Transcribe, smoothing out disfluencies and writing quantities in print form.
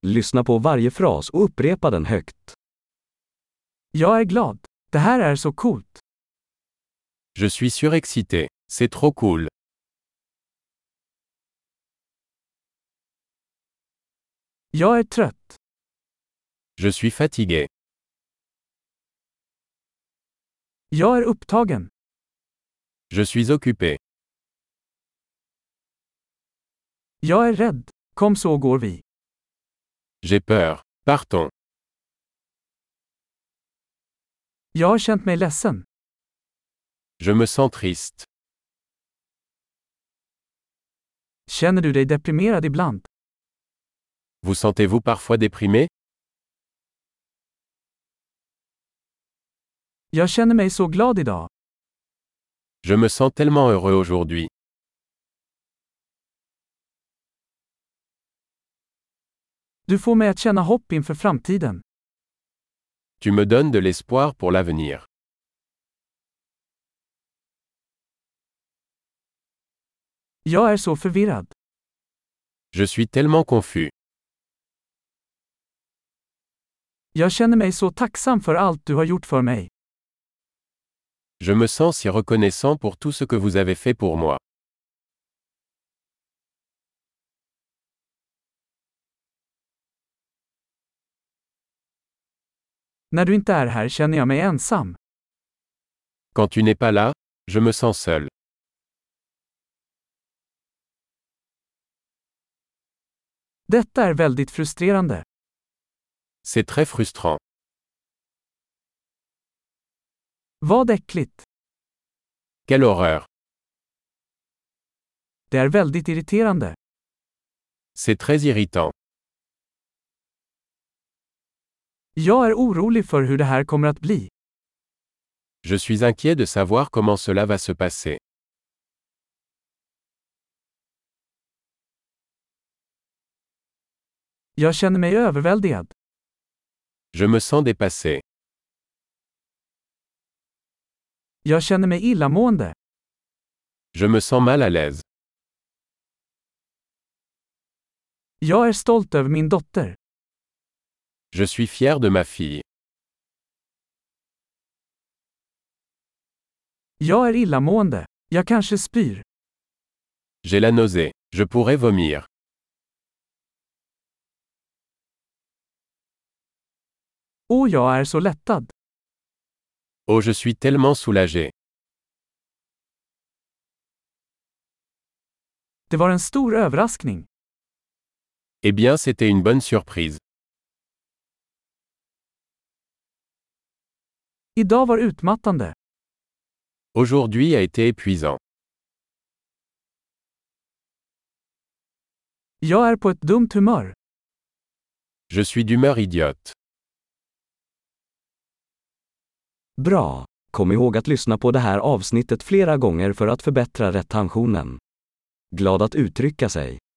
Lyssna på varje fras och upprepa den högt. Jag är glad. Det här är så coolt. Je suis surexcité. C'est trop cool. Jag är trött. Je suis fatigué. Jag är upptagen. Je suis occupé. Jag är rädd. Kom så går vi. J'ai peur. Partons. Jag har känt mig ledsen. Je me sens triste. Känner du dig deprimerad ibland? Vous sentez-vous parfois déprimé? Jag känner mig så glad idag. Je me sens tellement heureux aujourd'hui. Du får mig att känna hopp inför framtiden. Tu me donnes de l'espoir pour l'avenir. Jag är så förvirrad. Je suis tellement confus. Jag känner mig så tacksam för allt du har gjort för mig. Je me sens si reconnaissant pour tout ce que vous avez fait pour moi. När du inte är här känner jag mig ensam. Quand tu n'es pas là, je me sens seul. Detta är väldigt frustrerande. C'est très frustrant. Vad äckligt. Quelle horreur. Det är väldigt irriterande. C'est très irritant. Jag är orolig för hur det här kommer att bli. Je suis inquiet de savoir comment cela va se passer. Jag känner mig överväldigad. Je me sens dépassé. Jag känner mig illamående. Je me sens mal à l'aise. Jag är stolt över min dotter. Je suis fier de ma fille. Jag är illamående. Jag kanske spyr. J'ai la nausée. Je pourrais vomir. Åh, jag är så lättad. Oh, je suis tellement soulagé. Det var en stor överraskning. Eh bien, c'était une bonne surprise. Idag var utmattande. Aujourd'hui a été épuisant. Jag är på ett dumt humör. Je suis d'humeur idiote. Bra! Kom ihåg att lyssna på det här avsnittet flera gånger för att förbättra retentionen. Glad att uttrycka sig.